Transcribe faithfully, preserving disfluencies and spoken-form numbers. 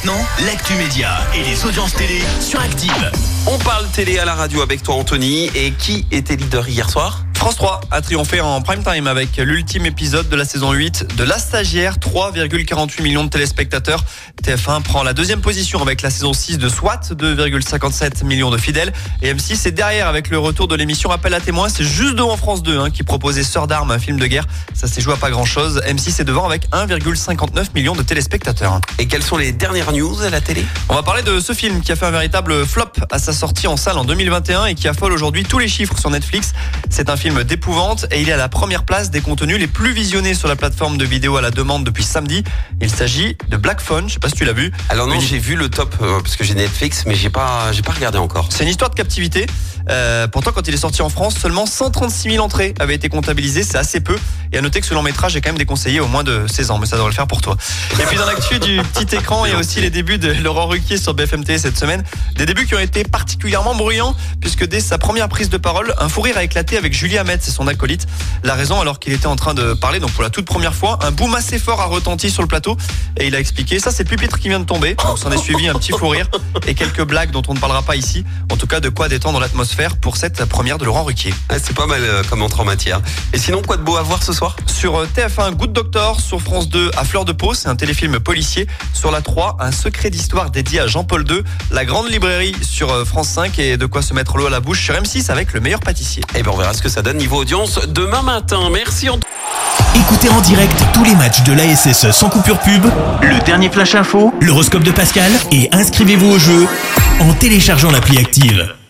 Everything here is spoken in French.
maintenant, l'actu média et les audiences télé sur Active. On parle télé à la radio avec toi Anthony. Et qui était leader hier soir ? France trois a triomphé en prime time avec l'ultime épisode de la saison huit de La Stagiaire, trois virgule quarante-huit millions de téléspectateurs. T F un prend la deuxième position avec la saison six de SWAT, deux virgule cinquante-sept millions de fidèles. Et M six est derrière avec le retour de l'émission Appel à témoins. C'est juste devant France deux hein, qui proposait Sœurs d'armes, un film de guerre. Ça s'est joué à pas grand chose. M six est devant avec un virgule cinquante-neuf millions de téléspectateurs. Et quelles sont les dernières news à la télé ? On va parler de ce film qui a fait un véritable flop à sa sortie en salle en deux mille vingt et un et qui affole aujourd'hui tous les chiffres sur Netflix. C'est un film d'épouvante et il est à la première place des contenus les plus visionnés sur la plateforme de vidéo à la demande depuis samedi. Il s'agit de Black Phone, je sais pas si tu l'as vu. Alors non, Une... j'ai vu le top euh, parce que j'ai Netflix, mais j'ai pas, j'ai pas regardé encore. C'est une histoire de captivité. Euh, pourtant, quand il est sorti en France, seulement cent trente-six mille entrées avaient été comptabilisées. C'est assez peu. Et à noter que ce long métrage est quand même déconseillé au moins de seize ans, mais ça devrait le faire pour toi. Et puis dans l'actu du petit écran, il y a aussi les débuts de Laurent Ruquier sur B F M T cette semaine. Des débuts qui ont été particulièrement bruyants, puisque dès sa première prise de parole, un fou rire a éclaté avec Julie Hamet, c'est son acolyte. La raison, alors qu'il était en train de parler, donc pour la toute première fois, un boom assez fort a retenti sur le plateau. Et il a expliqué, ça c'est le pupitre qui vient de tomber. Donc s'en est suivi un petit fou rire et quelques blagues dont on ne parlera pas ici. En tout cas, de quoi détendre l'atmosphère pour cette première de Laurent Ruquier. Ah, c'est pas mal euh, comme entrée en matière. Et sinon, quoi de beau à voir ce soir ? Sur T F un, Good Doctor. Sur France deux, À fleur de peau, c'est un téléfilm policier. Sur la trois, Un secret d'histoire dédié à Jean-Paul deux. La grande librairie sur France cinq et de quoi se mettre l'eau à la bouche sur M six avec Le meilleur pâtissier. Et ben on verra ce que ça donne niveau audience demain matin. Merci Antoine. Écoutez en direct tous les matchs de l'A S S sans coupure pub, le dernier flash info, l'horoscope de Pascal et inscrivez-vous au jeu en téléchargeant l'appli Active.